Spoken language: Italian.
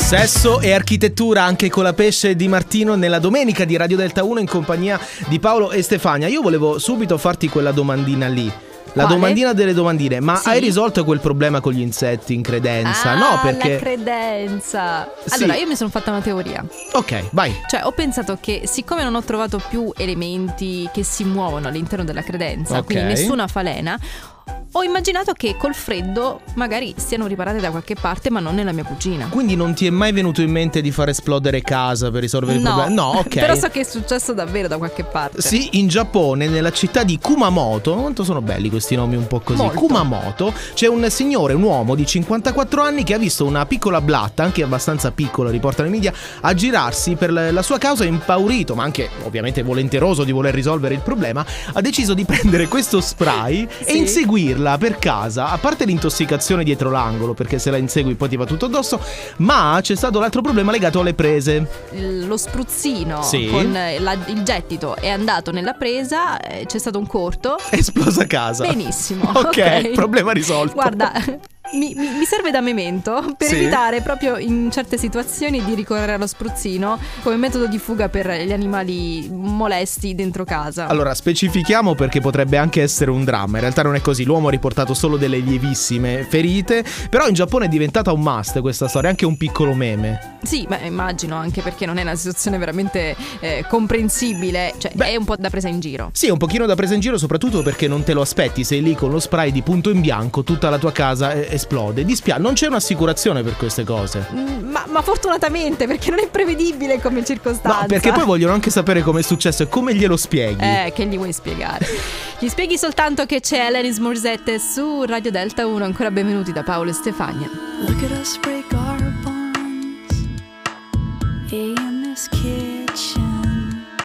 Sesso e architettura anche con la Pesce Di Martino nella domenica di Radio Delta 1 in compagnia di Paolo e Stefania. Io volevo subito farti quella domandina lì. La Quale? domandina delle domandine. Ma sì? Hai risolto quel problema con gli insetti in credenza? No, perché la credenza. Sì. Allora, io mi sono fatta una teoria. Ok, vai. Cioè, ho pensato che siccome non ho trovato più elementi che si muovono all'interno della credenza, Ok. quindi nessuna falena, ho immaginato che col freddo magari stiano riparate da qualche parte, ma non nella mia cucina. Quindi non ti è mai venuto in mente di far esplodere casa per risolvere il problema? No, ok. Però so che è successo davvero da qualche parte. Sì, in Giappone, nella città di Kumamoto, quanto sono belli questi nomi un po' così. Molto. Kumamoto, c'è un signore, un uomo di 54 anni che ha visto una piccola blatta, anche abbastanza piccola, riportano i media, aggirarsi per la sua causa, impaurito, ma anche ovviamente volenteroso di voler risolvere il problema, ha deciso di prendere questo spray e Sì. inseguirla per casa, a parte l'intossicazione dietro l'angolo, perché se la insegui poi ti va tutto addosso, ma c'è stato l'altro problema legato alle prese. Lo spruzzino Sì. con il gettito è andato nella presa, c'è stato un corto. Esplosa casa. Benissimo. Ok, problema risolto. Guarda, mi serve da memento per Sì. evitare proprio in certe situazioni di ricorrere allo spruzzino come metodo di fuga per gli animali molesti dentro casa. Allora, specifichiamo perché potrebbe anche essere un dramma. In realtà non è così, l'uomo ha riportato solo delle lievissime ferite, però in Giappone è diventata un must questa storia, anche un piccolo meme. Sì, ma immagino, anche perché non è una situazione veramente comprensibile. Cioè, Beh. è un po' da presa in giro. Sì, è un pochino da presa in giro, soprattutto perché non te lo aspetti, sei lì con lo spray di punto in bianco, tutta la tua casa esplode. Non c'è un'assicurazione per queste cose. Ma fortunatamente, perché non è prevedibile come circostanza. No, perché poi vogliono anche sapere come è successo e come glielo spieghi. Che gli vuoi spiegare? Gli spieghi soltanto che c'è Alanis Morissette su Radio Delta 1. Ancora benvenuti da Paolo e Stefania. Look at us break our bones in this kitchen.